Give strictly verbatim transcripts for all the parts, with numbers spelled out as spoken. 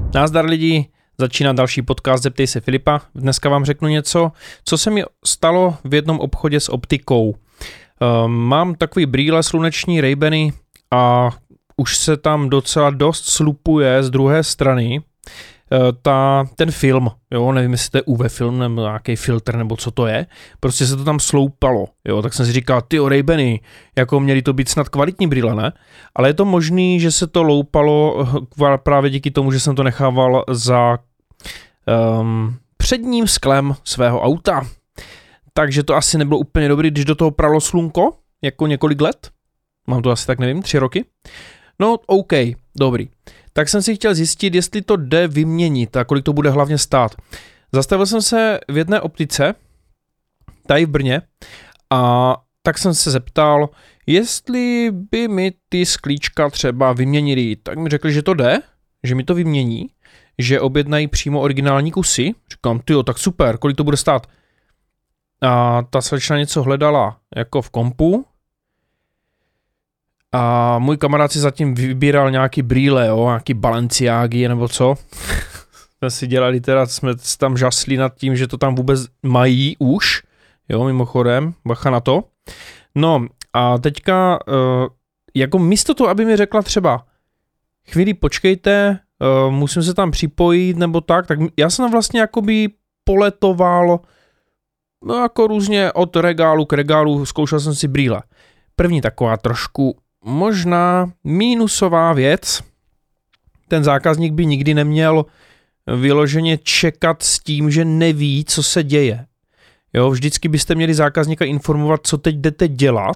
Nazdar lidi, začíná další podcast Zeptej se Filipa. Dneska vám řeknu něco, co se mi stalo v jednom obchodě s optikou. Mám takový brýle sluneční Ray-Bany a už se tam docela dost slupuje z druhé strany ta, ten film, jo, nevím, jestli to je U V film nebo nějaký filtr nebo co to je, prostě se to tam sloupalo, jo, tak jsem si říkal, tyjo, Ray-Bany, jako měly to být snad kvalitní brýle, ne? Ale je to možný, že se to loupalo právě díky tomu, že jsem to nechával za um, předním sklem svého auta. Takže to asi nebylo úplně dobrý, když do toho pralo slunko, jako několik let, mám to asi tak nevím, tři roky. No, OK, dobrý. Tak jsem si chtěl zjistit, jestli to jde vyměnit a kolik to bude hlavně stát. Zastavil jsem se v jedné optice, tady v Brně, a tak jsem se zeptal, jestli by mi ty sklíčka třeba vyměnili. Tak mi řekli, že to jde, že mi to vymění, že objednají přímo originální kusy. Říkám, tyjo, tak super, kolik to bude stát? A ta slečna něco hledala jako v kompu, a můj kamarád si zatím vybíral nějaký brýle, jo, nějaký Balenciágy nebo co. Jsme si dělali teda, jsme tam žasli nad tím, že to tam vůbec mají už, jo, mimochodem, bacha na to. No a teďka, uh, jako místo toho, aby mi řekla třeba, chvíli počkejte, uh, musím se tam připojit nebo tak, tak já jsem vlastně jakoby poletoval, no jako různě od regálu k regálu, zkoušel jsem si brýle. První taková trošku možná mínusová věc, ten zákazník by nikdy neměl vyloženě čekat s tím, že neví, co se děje. Jo, vždycky byste měli zákazníka informovat, co teď jdete dělat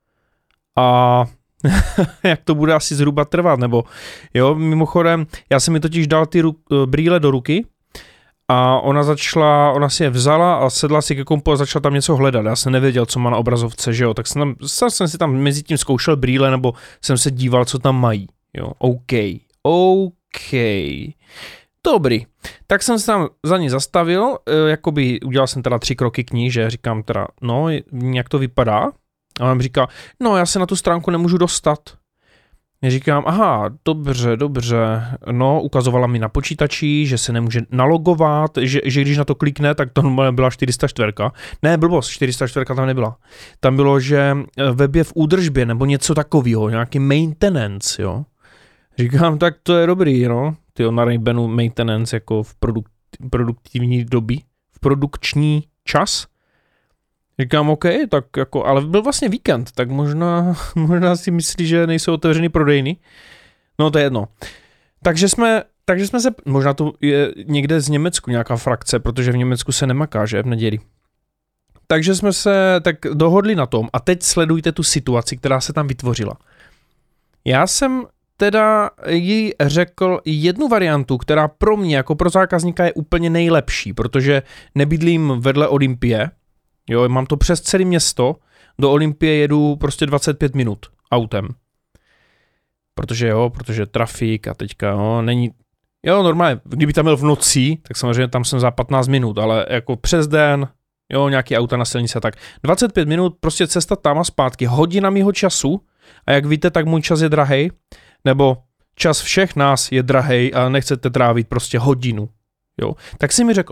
a jak to bude asi zhruba trvat, nebo jo, mimochodem, já jsem mi totiž dal ty ru- brýle do ruky a ona začala, ona si je vzala a sedla si ke kompu a začala tam něco hledat. Já jsem nevěděl, co má na obrazovce, že jo, tak jsem, tam, jsem si tam mezi tím zkoušel brýle, nebo jsem se díval, co tam mají, jo, OK, OK, dobrý. Tak jsem se tam za ní zastavil, jakoby udělal jsem teda tři kroky k ní, že říkám teda, no, jak to vypadá? A on říká, no, já se na tu stránku nemůžu dostat. Já říkám, aha, dobře, dobře, no, ukazovala mi na počítači, že se nemůže nalogovat, že, že když na to klikne, tak to byla čtyři sta čtyři. Ne, blbost, čtyři sta čtyři tam nebyla. Tam bylo, že web je v údržbě, nebo něco takového, nějaký maintenance, jo. Říkám, tak to je dobrý, no, tyjo, na Ray-Banu maintenance, jako v produkt, produktivní doby, v produkční čas. Říkám, OK, tak jako, ale byl vlastně víkend, tak možná, možná si myslí, že nejsou otevřený prodejny. No to je jedno. Takže jsme, takže jsme se, možná to je někde z Německu nějaká frakce, protože v Německu se nemaká, že, v neděli. Takže jsme se tak dohodli na tom a teď sledujte tu situaci, která se tam vytvořila. Já jsem teda jí řekl jednu variantu, která pro mě jako pro zákazníka je úplně nejlepší, protože nebydlím vedle Olympie. Jo, mám to přes celé město, do Olympie jedu prostě dvacet pět minut autem. Protože jo, protože trafik a teďka, jo, není, jo, normálně, kdyby tam byl v noci, tak samozřejmě tam jsem za patnáct minut, ale jako přes den, jo, nějaký auta na silnici a tak. dvacet pět minut, prostě cesta tam a zpátky, hodina mýho času a jak víte, tak můj čas je drahej, nebo čas všech nás je drahej a nechcete trávit prostě hodinu, jo. Tak si mi řekl,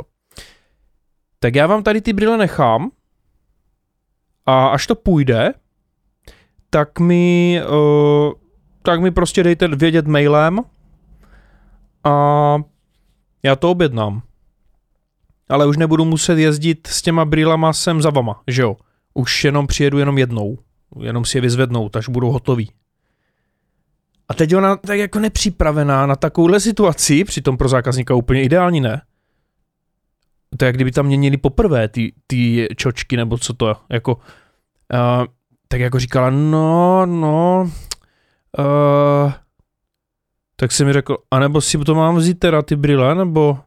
tak já vám tady ty brýle nechám, a až to půjde, tak mi, uh, tak mi prostě dejte vědět mailem a já to objednám. Ale už nebudu muset jezdit s těma brýlema sem za vama, že jo? Už jenom přijedu jenom jednou, jenom si je vyzvednout, až budou hotový. A teď ona tak jako nepřipravená na takovouhle situaci, přitom pro zákazníka úplně ideální, ne? To je, jak kdyby tam měnili poprvé ty, ty čočky, nebo co to, jako, uh, tak jako říkala, no, no, uh, tak si mi řekl, anebo si to mám vzít teda ty brýle, nebo,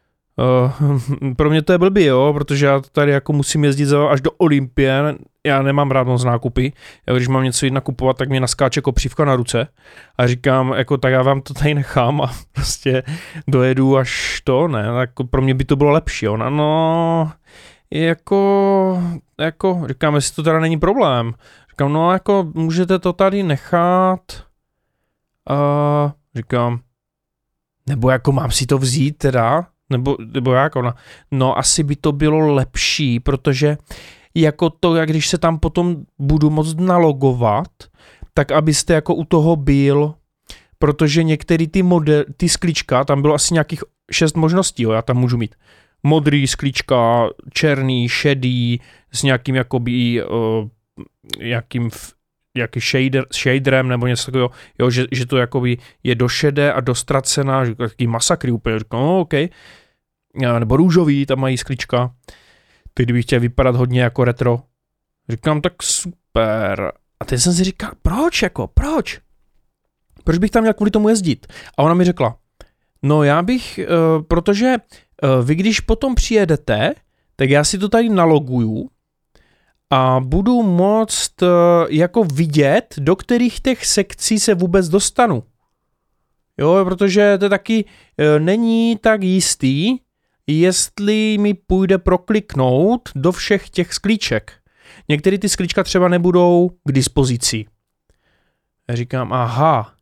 uh, pro mě to je blbý, jo, protože já tady jako musím jezdit až do Olympie, já nemám rád moc nákupy, já když mám něco jít nakupovat, tak mě naskáče kopřívka na ruce a říkám, jako tak já vám to tady nechám a prostě dojedu až to, ne, jako pro mě by to bylo lepší, ona, no, jako, jako, říkám, jestli to teda není problém, říkám, no, jako, můžete to tady nechat a říkám, Nebo jako mám si to vzít teda? Nebo, nebo jak ona? No asi by to bylo lepší, protože jako to, jak když se tam potom budu moct nalogovat, tak abyste jako u toho byl, protože některé ty model, ty sklíčka, tam bylo asi nějakých šest možností, jo, já tam můžu mít modrý sklíčka, černý, šedý, s nějakým jakoby, uh, jakým, jaký shader, shaderem nebo něco takového, jo, že, že to jakoby je do šedé a do ztracená, že takový masakry úplně, říkám, no, OK, nebo růžový, tam mají sklíčka, ty kdybych chtěl vypadat hodně jako retro, říkám, tak super, a teď jsem si říkal, proč jako, proč? Proč bych tam měl kvůli tomu jezdit? A ona mi řekla, no já bych, uh, protože uh, vy když potom přijedete, tak já si to tady naloguju a budu moct uh, jako vidět, do kterých těch sekcí se vůbec dostanu. Jo, protože to taky uh, není tak jistý, jestli mi půjde prokliknout do všech těch sklíček. Některé ty sklíčka třeba nebudou k dispozici. Já říkám, aha,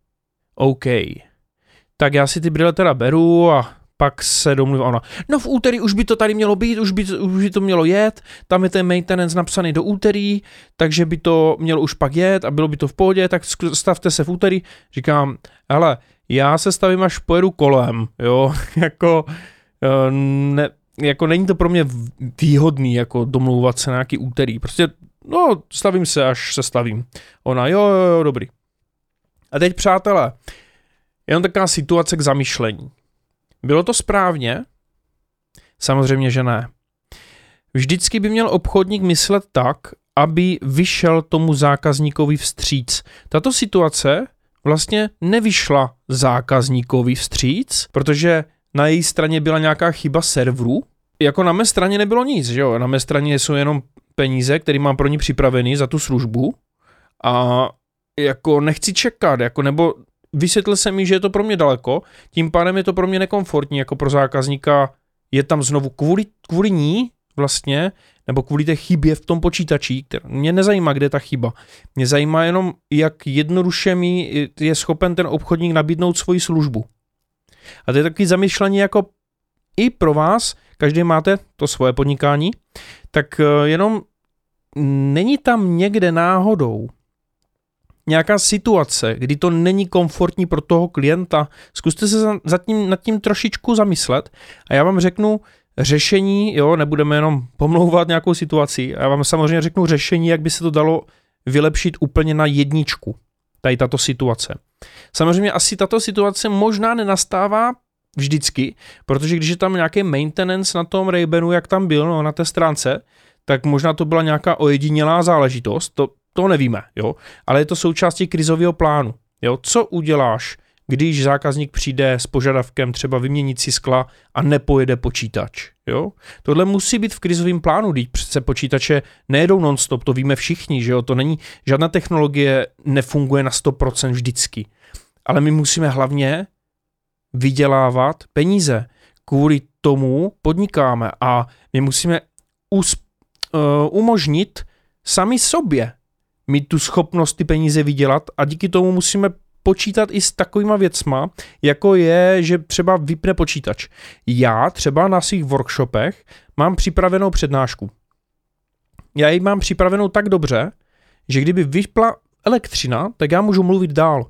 OK. Tak já si ty brýle teda beru a pak se domluvím. Ona, no v úterý už by to tady mělo být, už by, už by to mělo jet, tam je ten maintenance napsaný do úterý, takže by to mělo už pak jet a bylo by to v pohodě, tak stavte se v úterý. Říkám, hele, já se stavím, až pojedu kolem, jo, jako, ne, jako není to pro mě výhodný, jako domlouvat se na nějaký úterý, prostě, no, stavím se, až se stavím. Ona, jo, jo, jo, dobrý. A teď, přátelé, jenom taková situace k zamyšlení. Bylo to správně? Samozřejmě, že ne. Vždycky by měl obchodník myslet tak, aby vyšel tomu zákazníkovi vstříc. Tato situace vlastně nevyšla zákazníkovi vstříc, protože na její straně byla nějaká chyba serveru. Jako na mé straně nebylo nic, že jo? Na mé straně jsou jenom peníze, které mám pro ní připravený za tu službu a jako nechci čekat, jako nebo vysvětlil jsem mi, že je to pro mě daleko, tím pádem je to pro mě nekomfortní, jako pro zákazníka je tam znovu kvůli, kvůli ní vlastně, nebo kvůli té chybě v tom počítači, která mě nezajímá, kde je ta chyba. Mě zajímá jenom, jak jednoduše mi je schopen ten obchodník nabídnout svoji službu. A to je takový zamýšlení jako i pro vás, každý máte to svoje podnikání, tak jenom není tam někde náhodou nějaká situace, kdy to není komfortní pro toho klienta, zkuste se za tím, nad tím trošičku zamyslet a já vám řeknu řešení, jo, nebudeme jenom pomlouvat nějakou situaci, a já vám samozřejmě řeknu řešení, jak by se to dalo vylepšit úplně na jedničku, tady tato situace. Samozřejmě asi tato situace možná nenastává vždycky, protože když je tam nějaký maintenance na tom Ray-Banu, jak tam byl, no, na té stránce, tak možná to byla nějaká ojedinělá záležitost, to To nevíme, jo, ale je to součástí krizového plánu. Jo. Co uděláš, když zákazník přijde s požadavkem třeba vyměnit si skla a nepojede počítač? Jo. Tohle musí být v krizovém plánu, když přece počítače nejedou non-stop, to víme všichni, že jo, to není, žádná technologie nefunguje na sto procent vždycky. Ale my musíme hlavně vydělávat peníze. Kvůli tomu podnikáme a my musíme us, uh, umožnit sami sobě mít tu schopnost ty peníze vydělat a díky tomu musíme počítat i s takovýma věcma, jako je, že třeba vypne počítač. Já třeba na svých workshopech mám připravenou přednášku. Já ji mám připravenou tak dobře, že kdyby vypla elektřina, tak já můžu mluvit dál.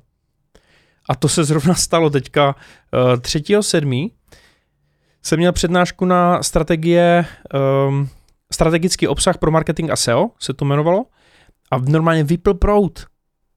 A to se zrovna stalo teďka uh, třetího sedmého jsem měl přednášku na strategie, um, strategický obsah pro marketing a S E O, se to jmenovalo, a normálně vypl proud.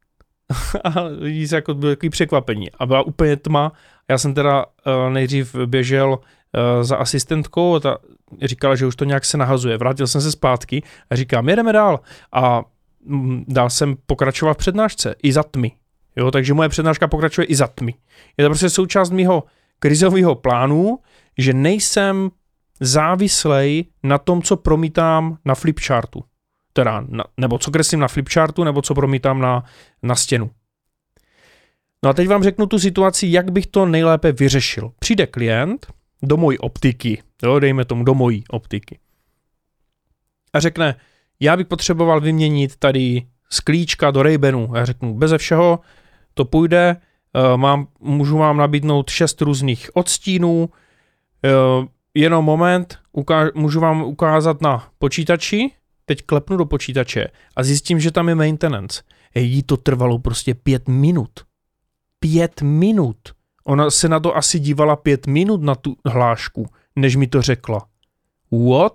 A lidi se jako byli takový překvapení. A byla úplně tma. Já jsem teda uh, nejdřív běžel uh, za asistentkou a ta říkala, že už to nějak se nahazuje. Vrátil jsem se zpátky a říkám, jedeme dál. A mm, dál jsem pokračoval v přednášce i za tmy. Jo, takže moje přednáška pokračuje i za tmy. Je to prostě součást mýho krizového plánu, že nejsem závislej na tom, co promítám na flipchartu. Teda, na, nebo co kreslím na flipchartu, nebo co promítám na, na stěnu. No a teď vám řeknu tu situaci, jak bych to nejlépe vyřešil. Přijde klient do mojí optiky, jo, dejme tomu do mojí optiky. A řekne, já bych potřeboval vyměnit tady sklíčka do Ray-Banu. Já řeknu, beze všeho to půjde, mám, můžu vám nabídnout šest různých odstínů, jenom moment, ukáž, můžu vám ukázat na počítači, teď klepnu do počítače a zjistím, že tam je maintenance. Jí to trvalo prostě pět minut. Pět minut. Ona se na to asi dívala pět minut na tu hlášku, než mi to řekla. What?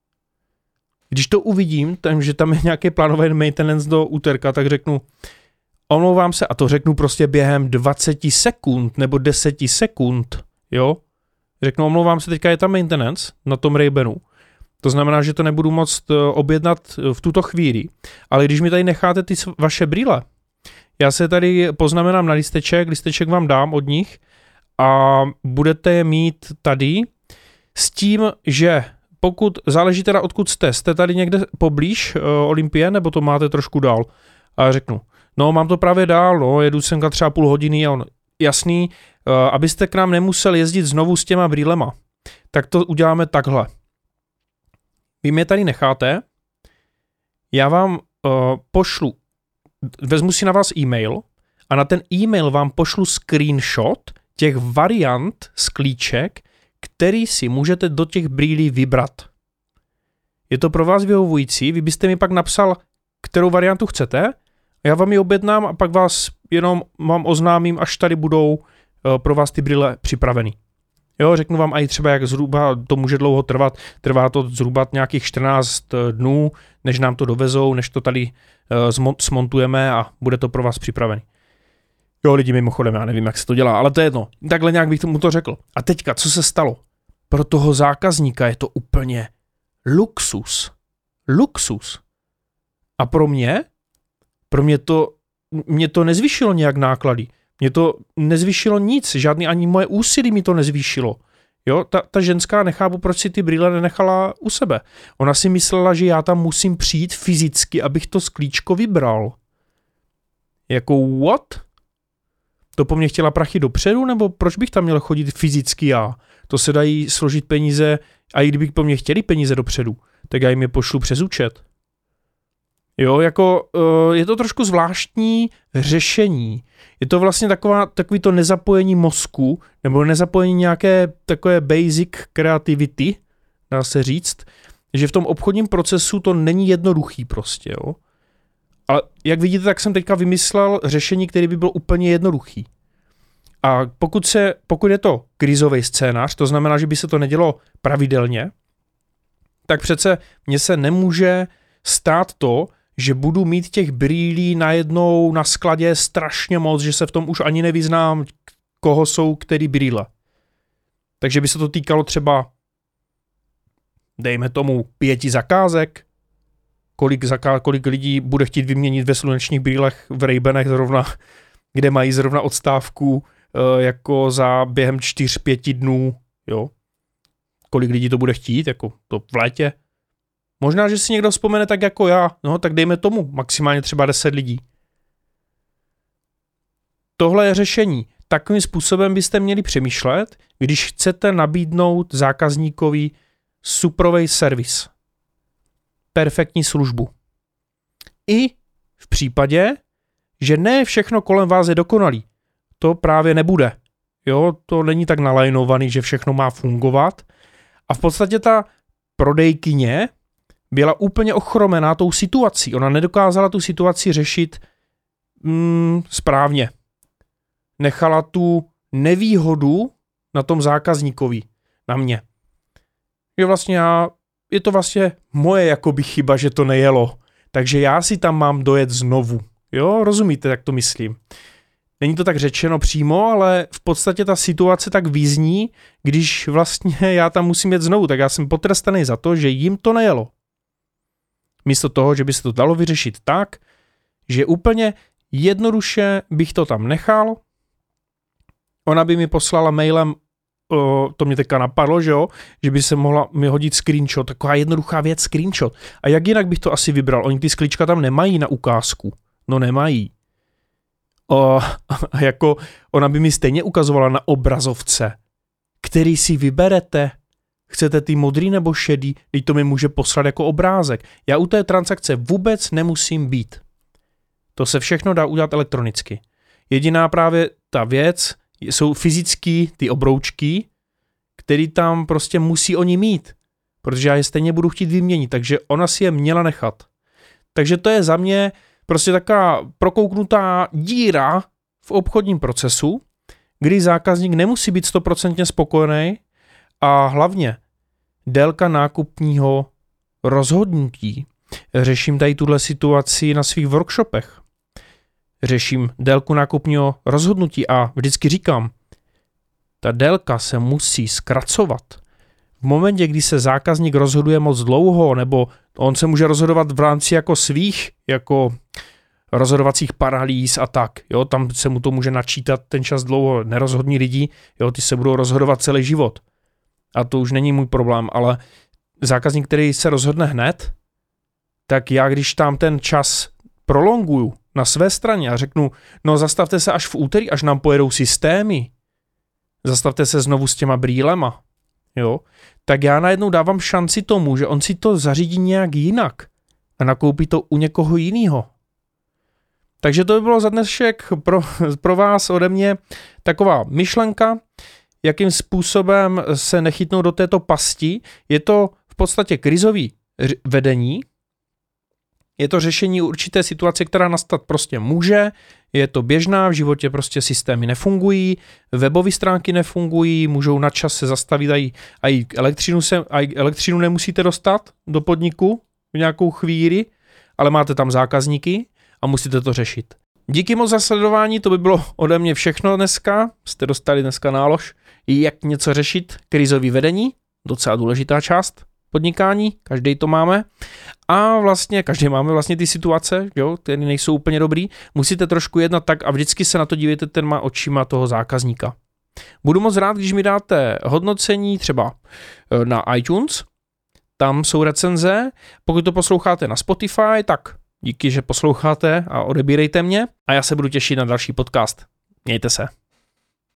Když to uvidím, tam, že tam je nějaký plánovaný maintenance do úterka, tak řeknu, omlouvám se, a to řeknu prostě během dvacet sekund nebo deset sekund, jo? Řeknu, omlouvám se, teďka je tam maintenance na tom Ray-Banu. To znamená, že to nebudu moct objednat v tuto chvíli. Ale když mi tady necháte ty vaše brýle, já se tady poznamenám na listeček, listeček vám dám od nich a budete je mít tady s tím, že pokud záleží teda odkud jste, jste tady někde poblíž uh, Olympie, nebo to máte trošku dál. A řeknu, no mám to právě dál, no jedu semka třeba půl hodiny a on, jasný, uh, abyste k nám nemusel jezdit znovu s těma brýlema, tak to uděláme takhle. Vy mě tady necháte, já vám uh, pošlu, vezmu si na vás e-mail a na ten e-mail vám pošlu screenshot těch variant sklíček, který si můžete do těch brýlí vybrat. Je to pro vás vyhovující, vy byste mi pak napsal, kterou variantu chcete, já vám ji objednám a pak vás jenom vám oznámím, až tady budou uh, pro vás ty brýle připraveny. Jo, řeknu vám i třeba, jak zhruba to může dlouho trvat. Trvá to zhruba nějakých čtrnáct dnů, než nám to dovezou, než to tady uh, smontujeme a bude to pro vás připravený. Jo, lidi, mimochodem, já nevím, jak se to dělá, ale to je jedno. Takhle nějak bych tomu to řekl. A teďka, co se stalo? Pro toho zákazníka je to úplně luxus. Luxus. A pro mě? Pro mě to, mě to nezvýšilo nějak náklady. Mě to nezvýšilo nic, žádný ani moje úsilí mi to nezvýšilo. Jo, ta, ta ženská, nechápu, proč si ty brýle nenechala u sebe. Ona si myslela, že já tam musím přijít fyzicky, abych to sklíčko vybral. Jako what? To po mně chtěla prachy dopředu, nebo proč bych tam měl chodit fyzicky já? To se dají složit peníze, a i kdybych po mně chtěli peníze dopředu, tak já jim je pošlu přes účet. Jo, jako uh, je to trošku zvláštní řešení. Je to vlastně taková, takový to nezapojení mozku, nebo nezapojení nějaké takové basic creativity, dá se říct, že v tom obchodním procesu to není jednoduchý prostě, jo. Ale jak vidíte, tak jsem teďka vymyslel řešení, které by bylo úplně jednoduchý. A pokud, se, pokud je to krizový scénář, to znamená, že by se to nedělo pravidelně, tak přece mně se nemůže stát to, že budu mít těch brýlí najednou na skladě strašně moc, že se v tom už ani nevyznám, koho jsou který brýle. Takže by se to týkalo třeba, dejme tomu, pěti zakázek, kolik, zaká- kolik lidí bude chtít vyměnit ve slunečních brýlech v Ray-Banech zrovna, kde mají zrovna odstávku e, jako za během čtyř pěti dnů, jo. Kolik lidí to bude chtít, jako to v létě. Možná, že si někdo vzpomene tak jako já, no tak dejme tomu maximálně třeba deset lidí. Tohle je řešení. Takovým způsobem byste měli přemýšlet, když chcete nabídnout zákazníkovi suprovej servis. Perfektní službu. I v případě, že ne všechno kolem vás je dokonalý. To právě nebude. Jo, to není tak nalajnovaný, že všechno má fungovat. A v podstatě ta prodejkyně byla úplně ochromená tou situací. Ona nedokázala tu situaci řešit mm, správně. Nechala tu nevýhodu na tom zákazníkovi, na mě. Je vlastně já, je to vlastně moje jakoby chyba, že to nejelo. Takže já si tam mám dojet znovu. Jo, rozumíte, jak to myslím. Není to tak řečeno přímo, ale v podstatě ta situace tak vyzní, když vlastně já tam musím jet znovu, tak já jsem potrestaný za to, že jim to nejelo. Místo toho, že by se to dalo vyřešit tak, že úplně jednoduše bych to tam nechal, ona by mi poslala mailem, o, to mě teďka napadlo, že jo, že by se mohla mi hodit screenshot, taková jednoduchá věc, screenshot. A jak jinak bych to asi vybral? Oni ty sklíčka tam nemají na ukázku. No nemají. O, a jako ona by mi stejně ukazovala na obrazovce, který si vyberete. Chcete ty modrý nebo šedý, teď to mi může poslat jako obrázek. Já u té transakce vůbec nemusím být. To se všechno dá udělat elektronicky. Jediná právě ta věc, jsou fyzický ty obroučky, který tam prostě musí oni mít, protože já je stejně budu chtít vyměnit, takže ona si je měla nechat. Takže to je za mě prostě taková prokouknutá díra v obchodním procesu, kdy zákazník nemusí být stoprocentně spokojený a hlavně délka nákupního rozhodnutí. Řeším tady tuhle situaci na svých workshopech. Řeším délku nákupního rozhodnutí a vždycky říkám, ta délka se musí zkracovat. V momentě, kdy se zákazník rozhoduje moc dlouho, nebo on se může rozhodovat v rámci jako svých, jako rozhodovacích paralýz a tak, jo, tam se mu to může načítat ten čas dlouho, nerozhodní lidi, jo, ty se budou rozhodovat celý život. A to už není můj problém, ale zákazník, který se rozhodne hned, tak já, když tam ten čas prolonguju na své straně a řeknu, no zastavte se až v úterý, až nám pojedou systémy, zastavte se znovu s těma brýlema, jo, tak já najednou dávám šanci tomu, že on si to zařídí nějak jinak a nakoupí to u někoho jiného. Takže to by bylo za dnešek pro, pro vás ode mě taková myšlenka, jakým způsobem se nechytnout do této pasti. Je to v podstatě krizový vedení, je to řešení určité situace, která nastat prostě může, je to běžná, v životě prostě systémy nefungují, webové stránky nefungují, můžou na čas se zastavit, a i elektřinu, se, a elektřinu nemusíte dostat do podniku v nějakou chvíli, ale máte tam zákazníky a musíte to řešit. Díky moc za sledování, to by bylo ode mě všechno dneska, jste dostali dneska nálož, jak něco řešit, krizový vedení, docela důležitá část podnikání, každý to máme a vlastně každý máme vlastně ty situace, jo, které nejsou úplně dobrý, musíte trošku jednat tak a vždycky se na to dívejte těma očima toho zákazníka. Budu moc rád, když mi dáte hodnocení třeba na iTunes, tam jsou recenze, pokud to posloucháte na Spotify, tak díky, že posloucháte a odebírejte mě a já se budu těšit na další podcast. Mějte se.